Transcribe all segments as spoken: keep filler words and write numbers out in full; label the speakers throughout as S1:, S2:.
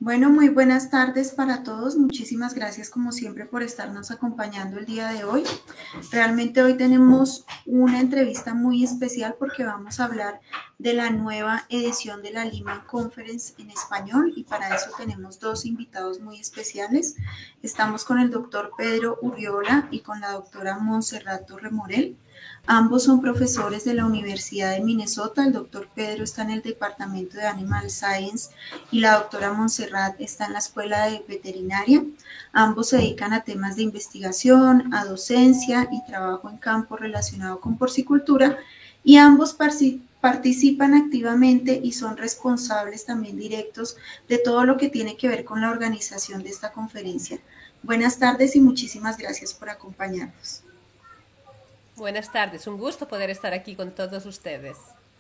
S1: Bueno, muy buenas tardes para todos. Muchísimas gracias como siempre por estarnos acompañando el día de hoy. Realmente hoy tenemos una entrevista muy especial porque vamos a hablar de la nueva edición de la Lehman Conference en español y para eso tenemos dos invitados muy especiales. Estamos con el doctor Pedro Urriola y con la doctora Montserrat Torremorel. Ambos son profesores de la Universidad de Minnesota. El doctor Pedro está en el Departamento de Animal Science y la doctora Montserrat está en la Escuela de Veterinaria. Ambos se dedican a temas de investigación, a docencia y trabajo en campo relacionado con porcicultura y ambos participan activamente y son responsables también directos de todo lo que tiene que ver con la organización de esta conferencia. Buenas tardes y muchísimas gracias por acompañarnos.
S2: Buenas tardes, un gusto poder estar aquí con todos ustedes.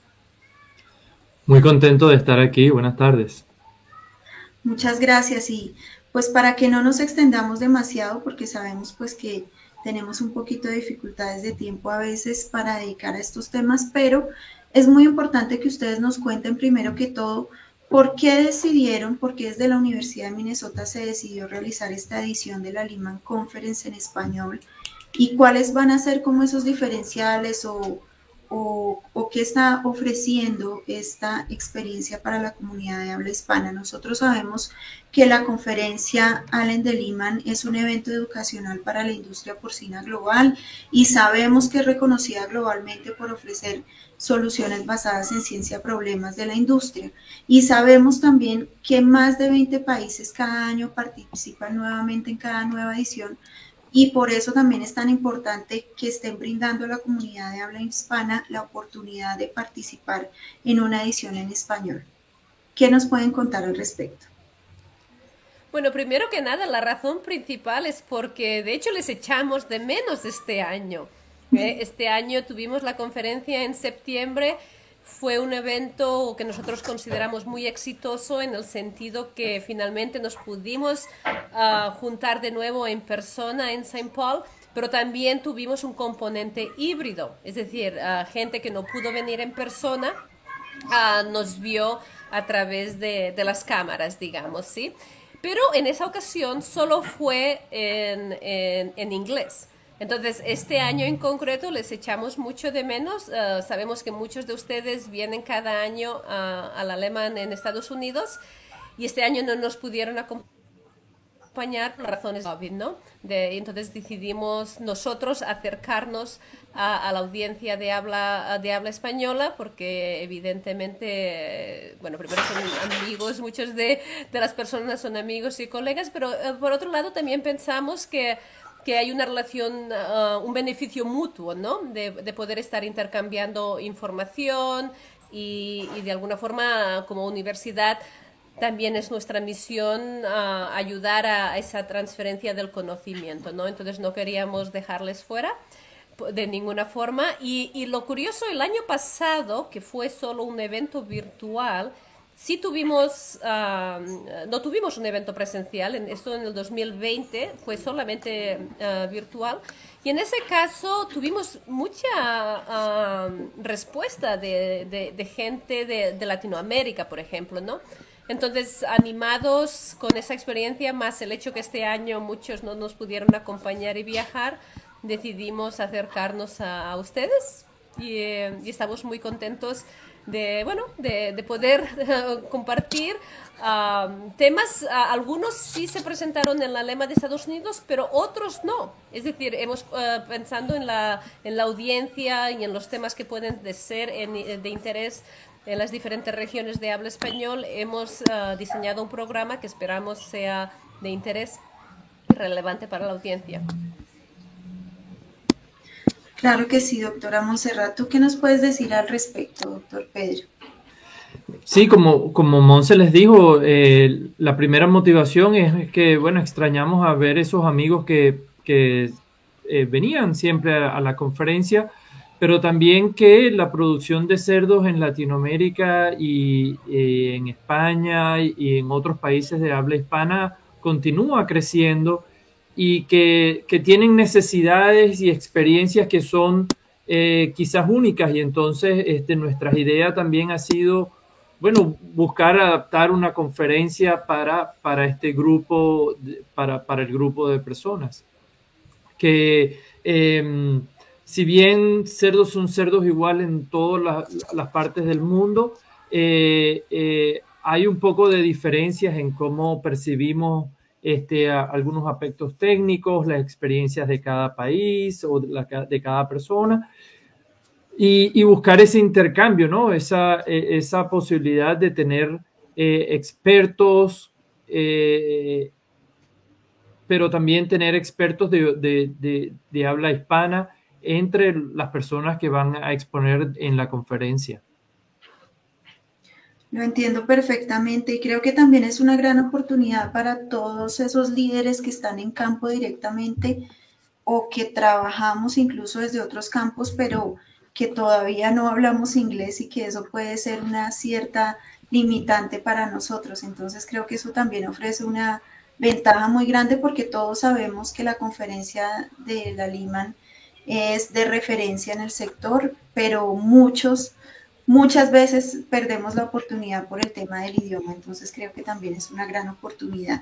S3: Muy contento de estar aquí, buenas tardes.
S1: Muchas gracias y pues para que no nos extendamos demasiado porque sabemos pues que tenemos un poquito de dificultades de tiempo a veces para dedicar a estos temas, pero es muy importante que ustedes nos cuenten primero que todo por qué decidieron, por qué desde la Universidad de Minnesota se decidió realizar esta edición de la Lehman Conference en español y cuáles van a ser como esos diferenciales o, o, o qué está ofreciendo esta experiencia para la comunidad de habla hispana. Nosotros sabemos que la conferencia Allen de Lehman es un evento educacional para la industria porcina global y sabemos que es reconocida globalmente por ofrecer soluciones basadas en ciencia a problemas de la industria. Y sabemos también que más de veinte países cada año participan nuevamente en cada nueva edición y por eso también es tan importante que estén brindando a la comunidad de habla hispana la oportunidad de participar en una edición en español. ¿Qué nos pueden contar al respecto?
S2: Bueno, primero que nada, la razón principal es porque de hecho les echamos de menos este año. ¿eh? Este año tuvimos la conferencia en septiembre. Fue un evento que nosotros consideramos muy exitoso en el sentido que finalmente nos pudimos uh, juntar de nuevo en persona en Saint Paul, pero también tuvimos un componente híbrido, es decir, uh, gente que no pudo venir en persona uh, nos vio a través de, de las cámaras, digamos, ¿sí? Pero en esa ocasión solo fue en, en, en inglés. Entonces, este año en concreto les echamos mucho de menos. Uh, sabemos que muchos de ustedes vienen cada año uh, a la Lehman en Estados Unidos y este año no nos pudieron acompañar por razones obvias, ¿no? De, entonces decidimos nosotros acercarnos a, a la audiencia de habla, de habla española porque evidentemente, bueno, primero son amigos, muchos de, de las personas son amigos y colegas, pero uh, por otro lado también pensamos que que hay una relación, uh, un beneficio mutuo, ¿no? De, de poder estar intercambiando información y, y de alguna forma como universidad también es nuestra misión uh, ayudar a esa transferencia del conocimiento, ¿no? Entonces no queríamos dejarles fuera de ninguna forma y, y lo curioso, el año pasado, que fue solo un evento virtual, sí tuvimos, uh, no tuvimos un evento presencial, en, esto en el dos mil veinte fue solamente uh, virtual y en ese caso tuvimos mucha uh, respuesta de, de, de gente de, de Latinoamérica, por ejemplo, ¿no? Entonces, animados con esa experiencia, más el hecho que este año muchos no nos pudieron acompañar y viajar, decidimos acercarnos a, a ustedes y, eh, y estamos muy contentos de, bueno, de, de poder uh, compartir uh, temas. Uh, algunos sí se presentaron en la Lehman de Estados Unidos, pero otros no. Es decir, hemos uh, pensando en la, en la audiencia y en los temas que pueden de ser en, de interés en las diferentes regiones de habla español, hemos uh, diseñado un programa que esperamos sea de interés y relevante para la audiencia.
S1: Claro que sí, doctora Montserrat. ¿Tú qué nos puedes decir al respecto, doctor Pedro?
S3: Sí, como, como Monse les dijo, eh, la primera motivación es, es que, bueno, extrañamos a ver esos amigos que, que eh, venían siempre a, a la conferencia, pero también que la producción de cerdos en Latinoamérica y, y en España y, y en otros países de habla hispana continúa creciendo y que, que tienen necesidades y experiencias que son eh, quizás únicas y entonces este, nuestra idea también ha sido bueno, buscar adaptar una conferencia para, para este grupo, para, para el grupo de personas. Que eh, si bien cerdos son cerdos igual en todas las, las partes del mundo, eh, eh, hay un poco de diferencias en cómo percibimos este, a, algunos aspectos técnicos, las experiencias de cada país o de, la, de cada persona. Y, y buscar ese intercambio, ¿no? Esa, esa posibilidad de tener eh, expertos, eh, pero también tener expertos de, de, de, de habla hispana entre las personas que van a exponer en la conferencia.
S1: Lo entiendo perfectamente y creo que también es una gran oportunidad para todos esos líderes que están en campo directamente o que trabajamos incluso desde otros campos, pero que todavía no hablamos inglés y que eso puede ser una cierta limitante para nosotros. Entonces creo que eso también ofrece una ventaja muy grande porque todos sabemos que la conferencia de la Liman es de referencia en el sector, pero muchos, muchas veces perdemos la oportunidad por el tema del idioma. Entonces creo que también es una gran oportunidad.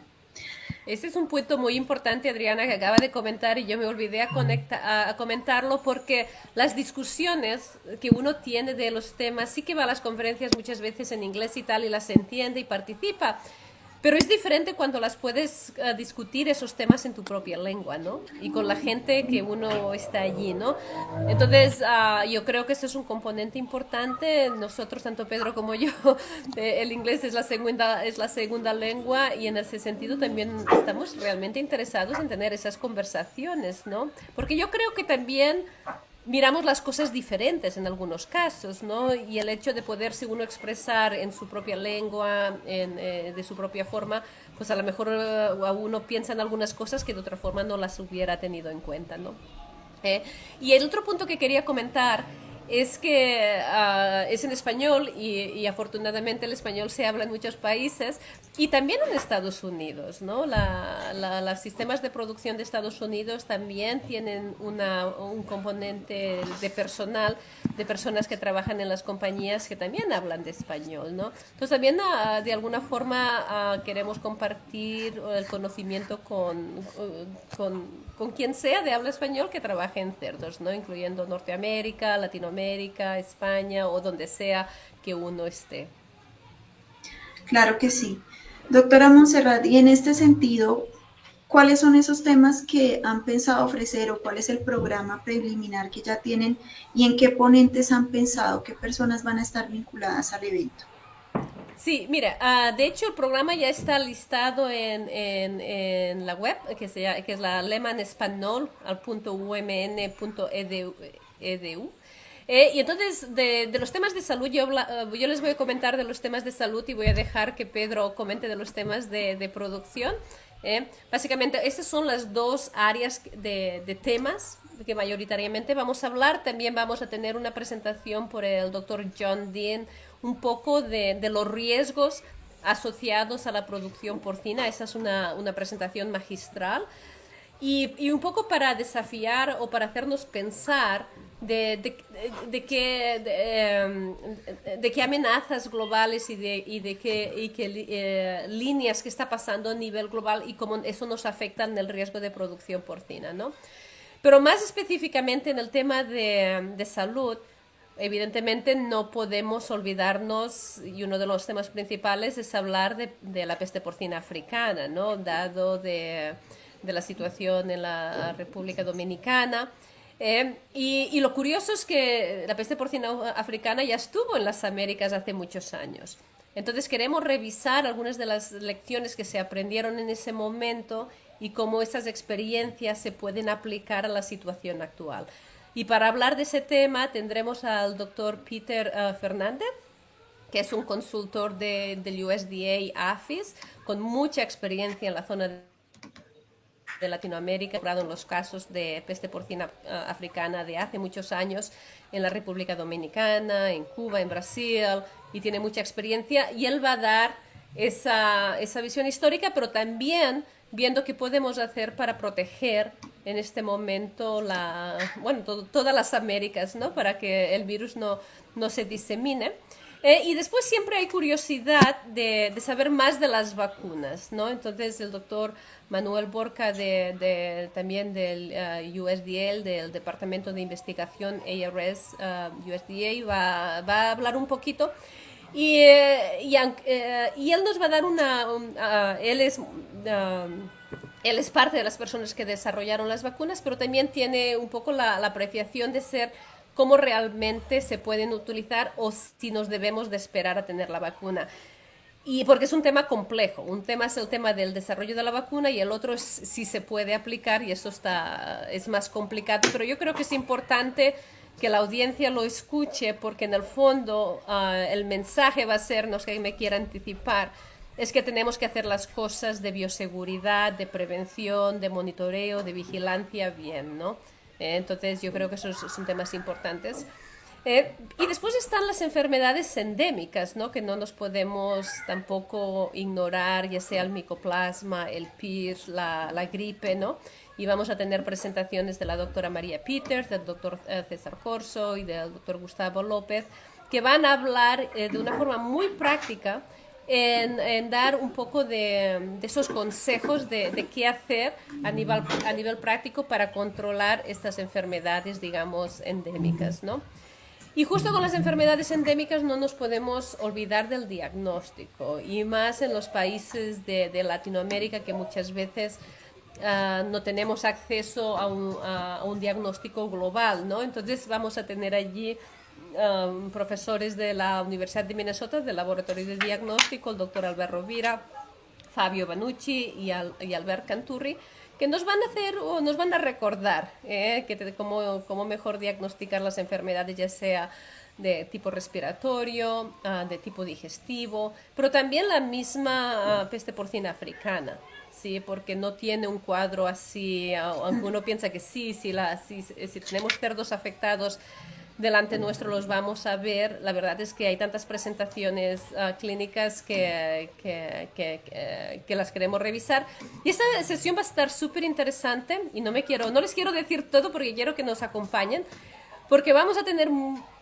S2: Ese es un punto muy importante, Adriana, que acaba de comentar y yo me olvidé a, conecta, a, comentarlo porque las discusiones que uno tiene de los temas, sí que va a las conferencias muchas veces en inglés y tal y las entiende y participa, pero es diferente cuando las puedes uh, discutir esos temas en tu propia lengua, ¿no? Y con la gente que uno está allí, ¿no? Entonces, uh, yo creo que eso es un componente importante. Nosotros, tanto Pedro como yo, eh, el inglés es la, segunda, es la segunda lengua y en ese sentido también estamos realmente interesados en tener esas conversaciones, ¿no? Porque yo creo que también miramos las cosas diferentes en algunos casos, ¿no? Y el hecho de poderse uno expresar en su propia lengua, en, eh, de su propia forma, pues a lo mejor uh, uno piensa en algunas cosas que de otra forma no las hubiera tenido en cuenta, ¿no? Eh, y el otro punto que quería comentar es que uh, es en español y, y afortunadamente el español se habla en muchos países y también en Estados Unidos, ¿no? La, la, los sistemas de producción de Estados Unidos también tienen una, un componente de personal, de personas que trabajan en las compañías que también hablan de español, ¿no? Entonces también uh, de alguna forma uh, queremos compartir el conocimiento con, uh, con, con quien sea de habla español que trabaje en cerdos, ¿no? Incluyendo Norteamérica, Latinoamérica, América, España o donde sea que uno esté.
S1: Claro que sí. Doctora Montserrat, y en este sentido, ¿cuáles son esos temas que han pensado ofrecer o cuál es el programa preliminar que ya tienen y en qué ponentes han pensado, qué personas van a estar vinculadas al evento?
S2: Sí, mira, uh, de hecho el programa ya está listado en, en, en la web, que, sea, que es la lemanespanol punto u m n punto e d u. Eh, y entonces, de, de los temas de salud, yo, uh, yo les voy a comentar de los temas de salud y voy a dejar que Pedro comente de los temas de, de producción. Eh. Básicamente, estas son las dos áreas de, de temas que mayoritariamente vamos a hablar. También vamos a tener una presentación por el doctor John Dean, un poco de, de los riesgos asociados a la producción porcina. Esa es una, una presentación magistral. Y, y un poco para desafiar o para hacernos pensar de, de, de, de, qué, de, de qué amenazas globales y de, y de qué, y qué eh, líneas que está pasando a nivel global y cómo eso nos afecta en el riesgo de producción porcina, ¿no? Pero más específicamente en el tema de, de salud, evidentemente no podemos olvidarnos, y uno de los temas principales es hablar de, de la peste porcina africana, ¿no? Dado de... de la situación en la República Dominicana. Eh, y, y lo curioso es que la peste porcina africana ya estuvo en las Américas hace muchos años. Entonces queremos revisar algunas de las lecciones que se aprendieron en ese momento y cómo esas experiencias se pueden aplicar a la situación actual. Y para hablar de ese tema tendremos al doctor Peter uh, Fernández, que es un consultor de, del U S D A APHIS, con mucha experiencia en la zona de de Latinoamérica, en los casos de peste porcina uh, africana de hace muchos años en la República Dominicana, en Cuba, en Brasil, y tiene mucha experiencia, y él va a dar esa, esa visión histórica, pero también viendo qué podemos hacer para proteger en este momento la, bueno, todo, todas las Américas, ¿no? Para que el virus no, no se disemine. Eh, y después siempre hay curiosidad de, de saber más de las vacunas, ¿no? Entonces el doctor Manuel Borca de, de, también del uh, U S D A, del Departamento de Investigación A R S uh, U S D A, va, va a hablar un poquito. Y, eh, y, eh, y él nos va a dar una... Un, uh, él es... Uh, él es parte de las personas que desarrollaron las vacunas, pero también tiene un poco la, la apreciación de ser cómo realmente se pueden utilizar o si nos debemos de esperar a tener la vacuna. Y porque es un tema complejo. Un tema es el tema del desarrollo de la vacuna y el otro es si se puede aplicar, y eso está, es más complicado. Pero yo creo que es importante que la audiencia lo escuche, porque en el fondo uh, el mensaje va a ser, no sé si me quiera anticipar, es que tenemos que hacer las cosas de bioseguridad, de prevención, de monitoreo, de vigilancia bien, ¿no? Eh, entonces yo creo que esos son temas importantes. Eh, y después están las enfermedades endémicas, ¿no? Que no nos podemos tampoco ignorar, ya sea el micoplasma, el P I R S, la, la gripe, ¿no? Y vamos a tener presentaciones de la doctora María Peters, del doctor César Corso y del doctor Gustavo López, que van a hablar eh, de una forma muy práctica En, en dar un poco de, de esos consejos de, de qué hacer a nivel, a nivel práctico para controlar estas enfermedades, digamos, endémicas, ¿no? Y justo con las enfermedades endémicas no nos podemos olvidar del diagnóstico, y más en los países de, de Latinoamérica, que muchas veces uh, no tenemos acceso a un, a, a un diagnóstico global, ¿no? Entonces vamos a tener allí Um, profesores de la Universidad de Minnesota del Laboratorio de Diagnóstico, el doctor Albert Rovira, Fabio Banucci y, Al, y Albert Canturri, que nos van a hacer o nos van a recordar eh, que te, cómo, cómo mejor diagnosticar las enfermedades, ya sea de tipo respiratorio, uh, de tipo digestivo, pero también la misma uh, peste porcina africana. Sí, porque no tiene un cuadro así, aunque uno piensa que sí, sí, la, sí, si tenemos cerdos afectados delante nuestro los vamos a ver. La verdad es que hay tantas presentaciones uh, clínicas que, que, que, que, que las queremos revisar, y esta sesión va a estar súper interesante, y no me quiero, no les quiero decir todo porque quiero que nos acompañen, porque vamos a tener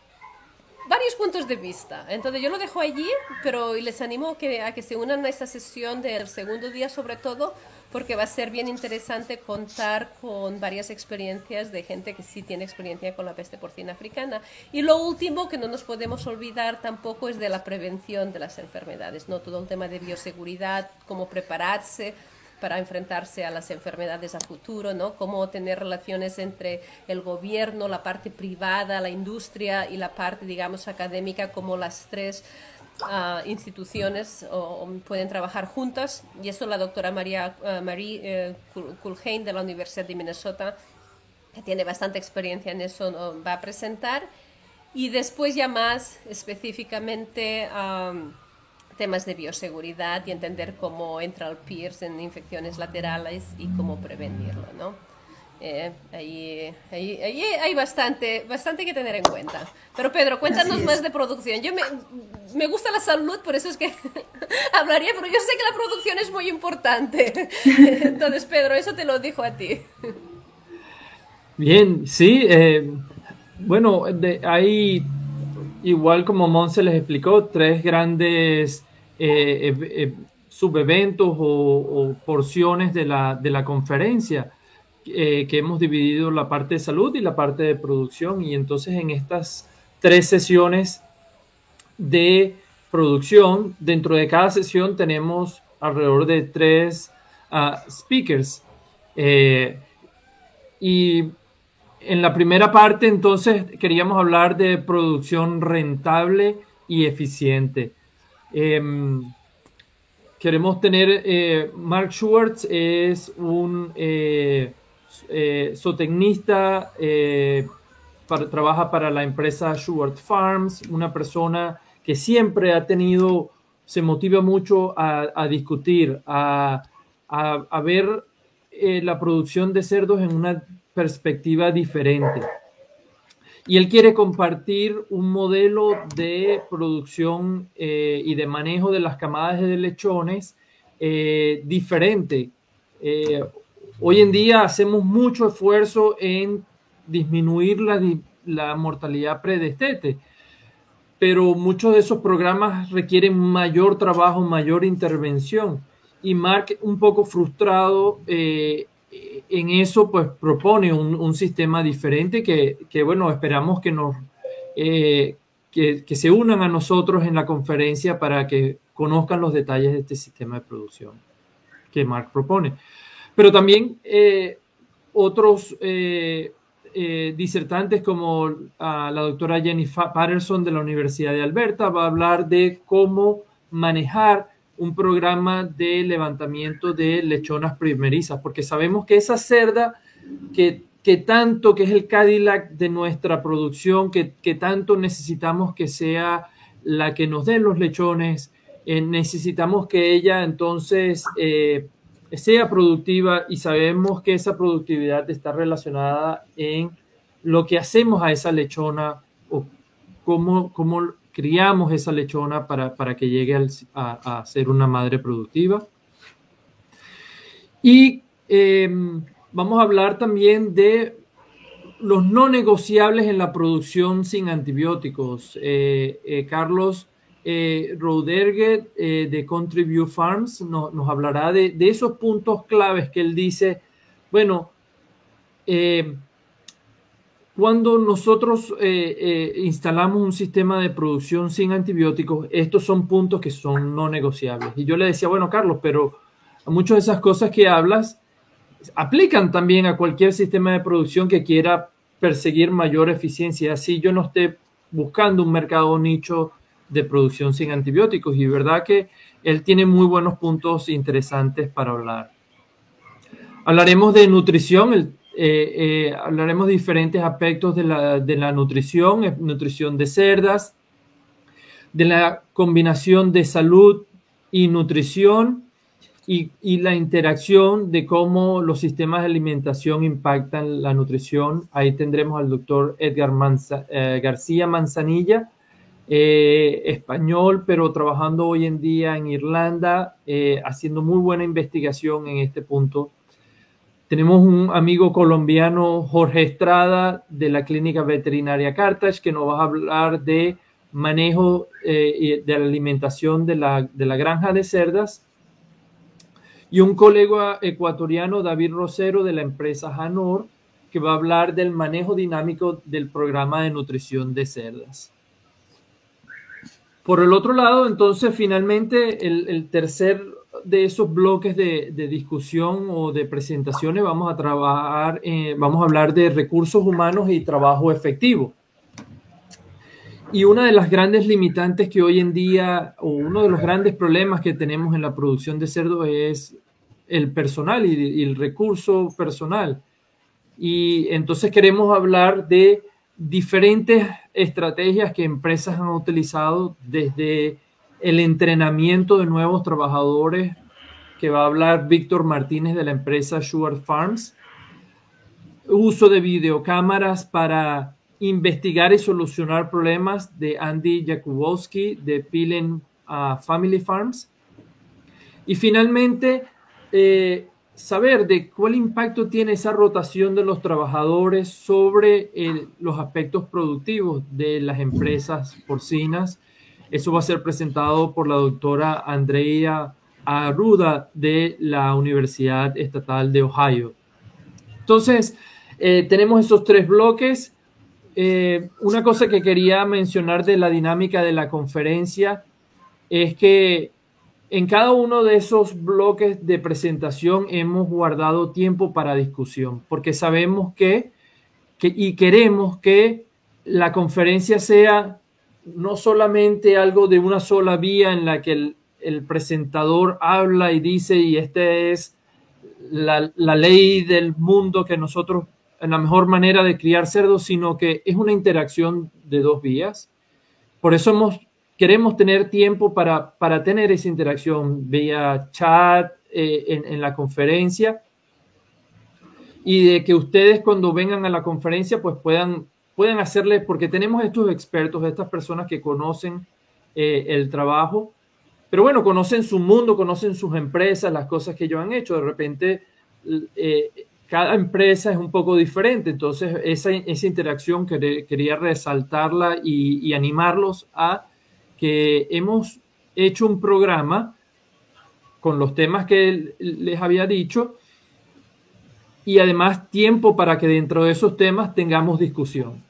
S2: varios puntos de vista. Entonces yo lo dejo allí, pero les animo que, a que se unan a esta sesión del segundo día, sobre todo porque va a ser bien interesante contar con varias experiencias de gente que sí tiene experiencia con la peste porcina africana. Y lo último que no nos podemos olvidar tampoco es de la prevención de las enfermedades, ¿no? Todo un tema de bioseguridad, cómo prepararse para enfrentarse a las enfermedades a futuro, ¿no? Cómo tener relaciones entre el gobierno, la parte privada, la industria y la parte, digamos, académica, como las tres Uh, instituciones o, o pueden trabajar juntas, y eso la doctora María, uh, Marie uh, Culhane de la Universidad de Minnesota, que tiene bastante experiencia en eso, ¿no?, va a presentar. Y después ya más específicamente um, temas de bioseguridad y entender cómo entra el P I R S en infecciones laterales y cómo prevenirlo, ¿no? Eh, ahí, ahí, ahí hay bastante, bastante que tener en cuenta. Pero Pedro, cuéntanos más de producción. Yo me, me gusta la salud, por eso es que hablaría, pero yo sé que la producción es muy importante. Entonces, Pedro, eso te lo dijo a ti.
S3: Bien, sí. Eh, bueno, de, hay, igual como Monse les explicó, tres grandes eh, eh, eh, subeventos o, o porciones de la, de la conferencia. Eh, que hemos dividido la parte de salud y la parte de producción, y entonces en estas tres sesiones de producción, dentro de cada sesión tenemos alrededor de tres uh, speakers, eh, y en la primera parte entonces queríamos hablar de producción rentable y eficiente. Eh, queremos tener, eh, Mark Schwartz es un eh, Eh, zootecnista, eh, para, trabaja para la empresa Schwartz Farms, una persona que siempre ha tenido, se motiva mucho a, a discutir, a, a, a ver eh, la producción de cerdos en una perspectiva diferente. Y él quiere compartir un modelo de producción eh, y de manejo de las camadas de lechones eh, diferente. Eh, Hoy en día hacemos mucho esfuerzo en disminuir la, la mortalidad predestete, pero muchos de esos programas requieren mayor trabajo, mayor intervención. Y Mark, un poco frustrado eh, en eso, pues propone un, un sistema diferente que, que, bueno, esperamos que, nos, eh, que, que se unan a nosotros en la conferencia para que conozcan los detalles de este sistema de producción que Mark propone. Pero también eh, otros... Eh, Eh, disertantes como uh, la doctora Jenny Patterson de la Universidad de Alberta va a hablar de cómo manejar un programa de levantamiento de lechonas primerizas, porque sabemos que esa cerda que, que tanto, que es el Cadillac de nuestra producción, que, que tanto necesitamos que sea la que nos den los lechones, eh, necesitamos que ella entonces eh, sea productiva, y sabemos que esa productividad está relacionada en lo que hacemos a esa lechona o cómo, cómo criamos esa lechona para, para que llegue al, a, a ser una madre productiva. Y eh, vamos a hablar también de los no negociables en la producción sin antibióticos. Eh, eh, Carlos Eh, Rodergue eh, de Country View Farms no, nos hablará de, de esos puntos claves que él dice, bueno, eh, cuando nosotros eh, eh, instalamos un sistema de producción sin antibióticos, estos son puntos que son no negociables. Y yo le decía, bueno, Carlos, pero muchas de esas cosas que hablas aplican también a cualquier sistema de producción que quiera perseguir mayor eficiencia. Así yo no esté buscando un mercado nicho de producción sin antibióticos, y verdad que él tiene muy buenos puntos interesantes para hablar. Hablaremos de nutrición, el, eh, eh, hablaremos de diferentes aspectos de la, de la nutrición, nutrición de cerdas, de la combinación de salud y nutrición, y, y la interacción de cómo los sistemas de alimentación impactan la nutrición. Ahí tendremos al doctor Edgar Manza, eh, García Manzanilla, Eh, español, pero trabajando hoy en día en Irlanda, eh, haciendo muy buena investigación en este punto. Tenemos un amigo colombiano, Jorge Estrada, de la Clínica Veterinaria Carthage, que nos va a hablar de manejo eh, de la alimentación de la, de la granja de cerdas. Y un colega ecuatoriano, David Rosero, de la empresa Janor, que va a hablar del manejo dinámico del programa de nutrición de cerdas. Por el otro lado, entonces, finalmente, el, el tercer de esos bloques de, de discusión o de presentaciones, vamos a trabajar, eh, vamos a hablar de recursos humanos y trabajo efectivo. Y una de las grandes limitantes que hoy en día, o uno de los grandes problemas que tenemos en la producción de cerdo, es el personal y, y el recurso personal. Y entonces queremos hablar de diferentes estrategias que empresas han utilizado, desde el entrenamiento de nuevos trabajadores, que va a hablar Víctor Martínez de la empresa Shuard Farms, uso de videocámaras para investigar y solucionar problemas, de Andy Jakubowski de Pilen uh, Family Farms, y finalmente eh, saber de cuál impacto tiene esa rotación de los trabajadores sobre el, los aspectos productivos de las empresas porcinas. Eso va a ser presentado por la doctora Andrea Arruda de la Universidad Estatal de Ohio. Entonces, eh, tenemos esos tres bloques. Eh, una cosa que quería mencionar de la dinámica de la conferencia es que en cada uno de esos bloques de presentación hemos guardado tiempo para discusión, porque sabemos que, que y queremos que la conferencia sea no solamente algo de una sola vía en la que el, el presentador habla y dice, y esta es la, la ley del mundo, que nosotros, en la mejor manera de criar cerdos, sino que es una interacción de dos vías. Por eso hemos Queremos tener tiempo para, para tener esa interacción vía chat eh, en, en la conferencia, y de que ustedes cuando vengan a la conferencia pues puedan, puedan hacerles, porque tenemos estos expertos, estas personas que conocen eh, el trabajo, pero bueno, conocen su mundo, conocen sus empresas, las cosas que ellos han hecho. De repente eh, cada empresa es un poco diferente, entonces esa, esa interacción quer, quería resaltarla y, y animarlos a que hemos hecho un programa con los temas que les había dicho y además tiempo para que dentro de esos temas tengamos discusión.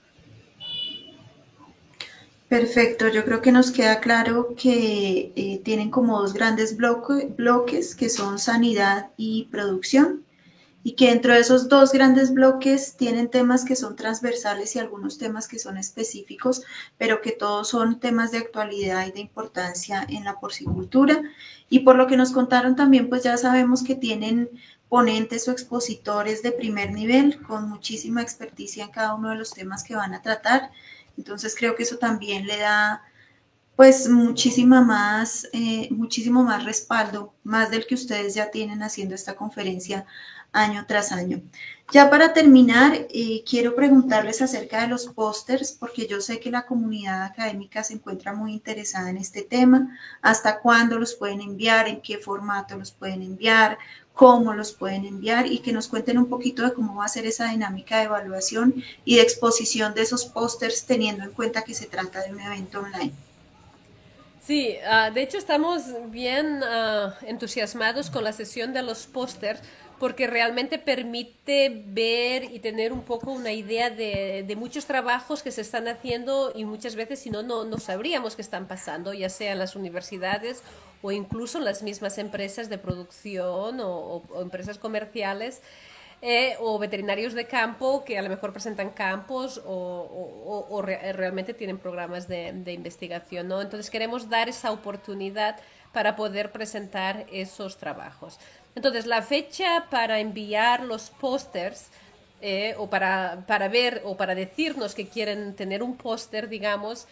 S1: Perfecto, yo creo que nos queda claro que eh, tienen como dos grandes bloque, bloques que son sanidad y producción y que dentro de esos dos grandes bloques tienen temas que son transversales y algunos temas que son específicos, pero que todos son temas de actualidad y de importancia en la porcicultura. Y por lo que nos contaron también, pues ya sabemos que tienen ponentes o expositores de primer nivel con muchísima experticia en cada uno de los temas que van a tratar. Entonces creo que eso también le da pues muchísima más, eh, muchísimo más respaldo, más del que ustedes ya tienen haciendo esta conferencia año tras año. Ya para terminar, eh, quiero preguntarles acerca de los pósters, porque yo sé que la comunidad académica se encuentra muy interesada en este tema, hasta cuándo los pueden enviar, en qué formato los pueden enviar, cómo los pueden enviar y que nos cuenten un poquito de cómo va a ser esa dinámica de evaluación y de exposición de esos pósters teniendo en cuenta que se trata de un evento online.
S2: Sí, uh, de hecho estamos bien uh, entusiasmados con la sesión de los pósters porque realmente permite ver y tener un poco una idea de, de muchos trabajos que se están haciendo y muchas veces si no, no, no sabríamos que están pasando, ya sea en las universidades o incluso en las mismas empresas de producción o, o, o empresas comerciales. Eh, o veterinarios de campo que a lo mejor presentan campos o, o, o re realmente tienen programas de, de investigación, ¿no? Entonces queremos dar esa oportunidad para poder presentar esos trabajos. Entonces la fecha para enviar los pósters eh, o para, para ver o para decirnos que quieren tener un póster, digamos,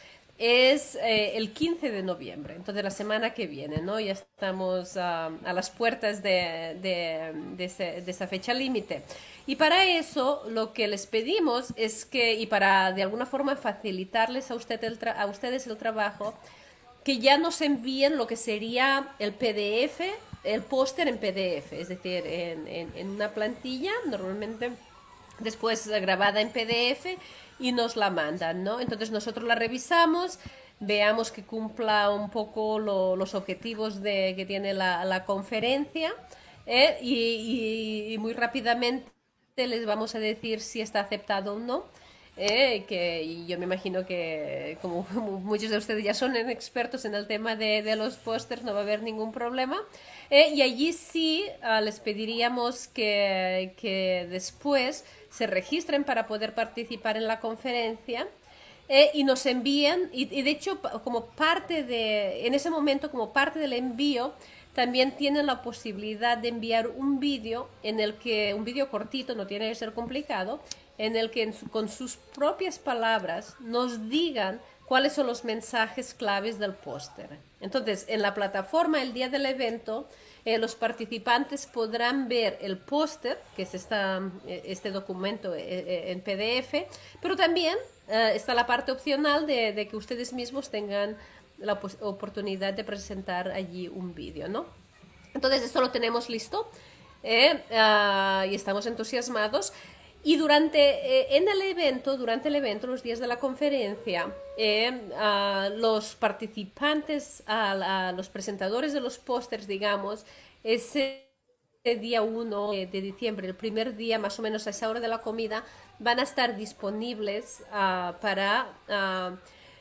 S2: es eh, el quince de noviembre, entonces la semana que viene, ¿no? Ya estamos uh, a las puertas de, de, de, ese, de esa fecha límite. Y para eso lo que les pedimos es que, y para de alguna forma facilitarles a, usted el a ustedes el trabajo, que ya nos envíen lo que sería el P D F, el póster en P D F, es decir, en, en, en una plantilla, normalmente después grabada en P D F, y nos la mandan, ¿no? Entonces nosotros la revisamos, veamos que cumpla un poco lo, los objetivos de, que tiene la, la conferencia ¿eh? y, y, y muy rápidamente les vamos a decir si está aceptado o no. Eh, que yo me imagino que como muchos de ustedes ya son expertos en el tema de, de los pósters, no va a haber ningún problema. Eh, y allí sí uh, les pediríamos que, que después se registren para poder participar en la conferencia eh, y nos envíen, y, y de hecho como parte de, en ese momento como parte del envío, también tienen la posibilidad de enviar un vídeo en el que, un vídeo cortito, no tiene que ser complicado, en el que en su, con sus propias palabras nos digan cuáles son los mensajes claves del póster. Entonces, en la plataforma el día del evento, eh, los participantes podrán ver el póster, que es esta, este documento eh, en P D F, pero también eh, está la parte opcional de, de que ustedes mismos tengan la oportunidad de presentar allí un vídeo, ¿no? Entonces, esto lo tenemos listo eh, uh, y estamos entusiasmados. Y durante, eh, en el evento, durante el evento, los días de la conferencia, eh, uh, los participantes, uh, uh, los presentadores de los pósters, digamos, ese día uno de diciembre, el primer día más o menos a esa hora de la comida, van a estar disponibles uh, para... Uh,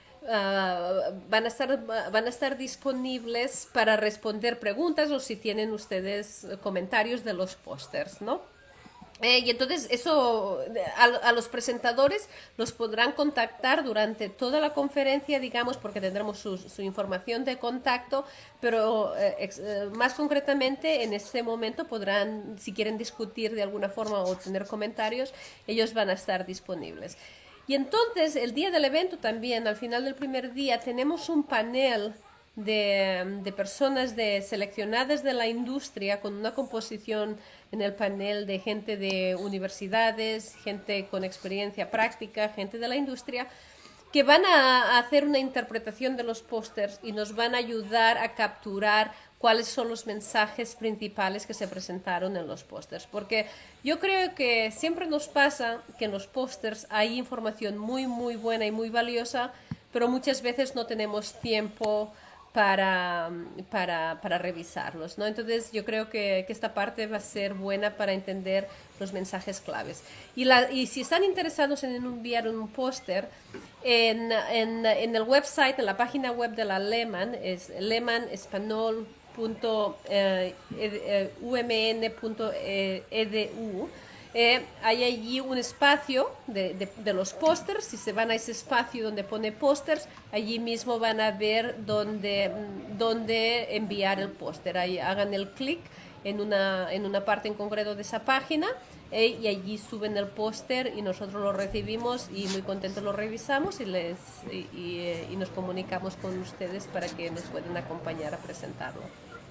S2: Uh, van a estar van a estar disponibles para responder preguntas o si tienen ustedes comentarios de los pósters, ¿no? Eh, y entonces eso a, a los presentadores los podrán contactar durante toda la conferencia, digamos, porque tendremos su, su información de contacto, pero eh, ex, eh, más concretamente en ese momento podrán, si quieren discutir de alguna forma o tener comentarios, ellos van a estar disponibles. Y entonces, el día del evento también, al final del primer día, tenemos un panel de, de personas de, seleccionadas de la industria con una composición en el panel de gente de universidades, gente con experiencia práctica, gente de la industria, que van a hacer una interpretación de los pósters y nos van a ayudar a capturar cuáles son los mensajes principales que se presentaron en los pósters. Porque yo creo que siempre nos pasa que en los pósters hay información muy, muy buena y muy valiosa, pero muchas veces no tenemos tiempo para, para, para revisarlos, ¿no? Entonces yo creo que, que esta parte va a ser buena para entender los mensajes claves. Y, la, y si están interesados en enviar un póster, en, en, en el website, en la página web de la Lehman, es lehman español punto u m n punto e d u. Eh, hay allí un espacio de, de, de los pósters. Si se van a ese espacio donde pone pósters, allí mismo van a ver dónde, dónde enviar el póster. Ahí hagan el clic en una, en una parte en concreto de esa página eh, y allí suben el póster y nosotros lo recibimos y muy contentos lo revisamos y, les, y, y, y nos comunicamos con ustedes para que nos puedan acompañar a presentarlo.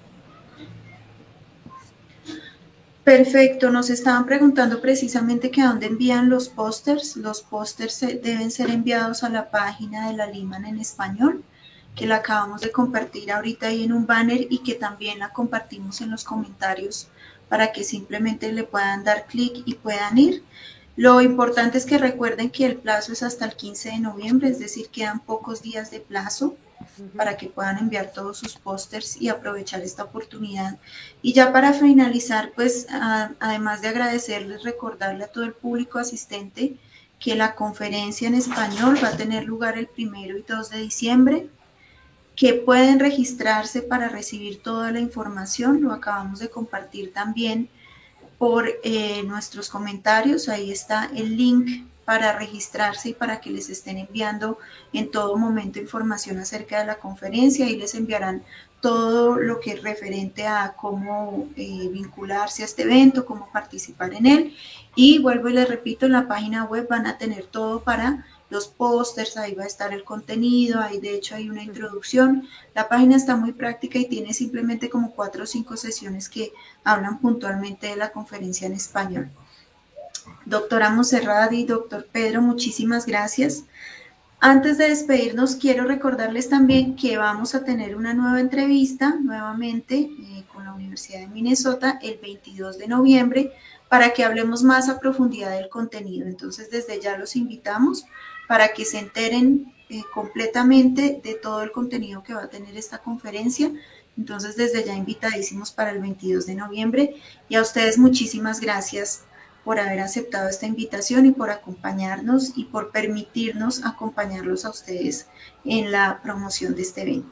S1: Perfecto, nos estaban preguntando precisamente que a dónde envían los pósters. Los pósters deben ser enviados a la página de la Lehman en español, que la acabamos de compartir ahorita ahí en un banner y que también la compartimos en los comentarios para que simplemente le puedan dar clic y puedan ir. Lo importante es que recuerden que el plazo es hasta el quince de noviembre, es decir, quedan pocos días de plazo para que puedan enviar todos sus pósters y aprovechar esta oportunidad. Y ya para finalizar, pues a, además de agradecerles, recordarle a todo el público asistente que la conferencia en español va a tener lugar el primero y dos de diciembre, que pueden registrarse para recibir toda la información, lo acabamos de compartir también por eh, nuestros comentarios, ahí está el link para registrarse y para que les estén enviando en todo momento información acerca de la conferencia y les enviarán todo lo que es referente a cómo eh, vincularse a este evento, cómo participar en él. Y vuelvo y les repito, en la página web van a tener todo para los pósters, ahí va a estar el contenido, ahí de hecho hay una introducción. La página está muy práctica y tiene simplemente como cuatro o cinco sesiones que hablan puntualmente de la conferencia en español. Doctora Monserrat y doctor Pedro, muchísimas gracias. Antes de despedirnos, quiero recordarles también que vamos a tener una nueva entrevista nuevamente eh, con la Universidad de Minnesota el veintidós de noviembre para que hablemos más a profundidad del contenido. Entonces, desde ya los invitamos para que se enteren eh, completamente de todo el contenido que va a tener esta conferencia. Entonces, desde ya invitadísimos para el veintidós de noviembre. Y a ustedes muchísimas gracias por haber aceptado esta invitación y por acompañarnos y por permitirnos acompañarlos a ustedes en la promoción de este evento.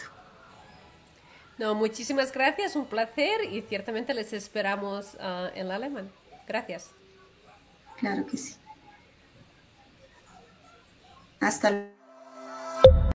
S2: No, muchísimas gracias, un placer y ciertamente les esperamos uh, en la Lehman. Gracias.
S1: Claro que sí. Hasta luego.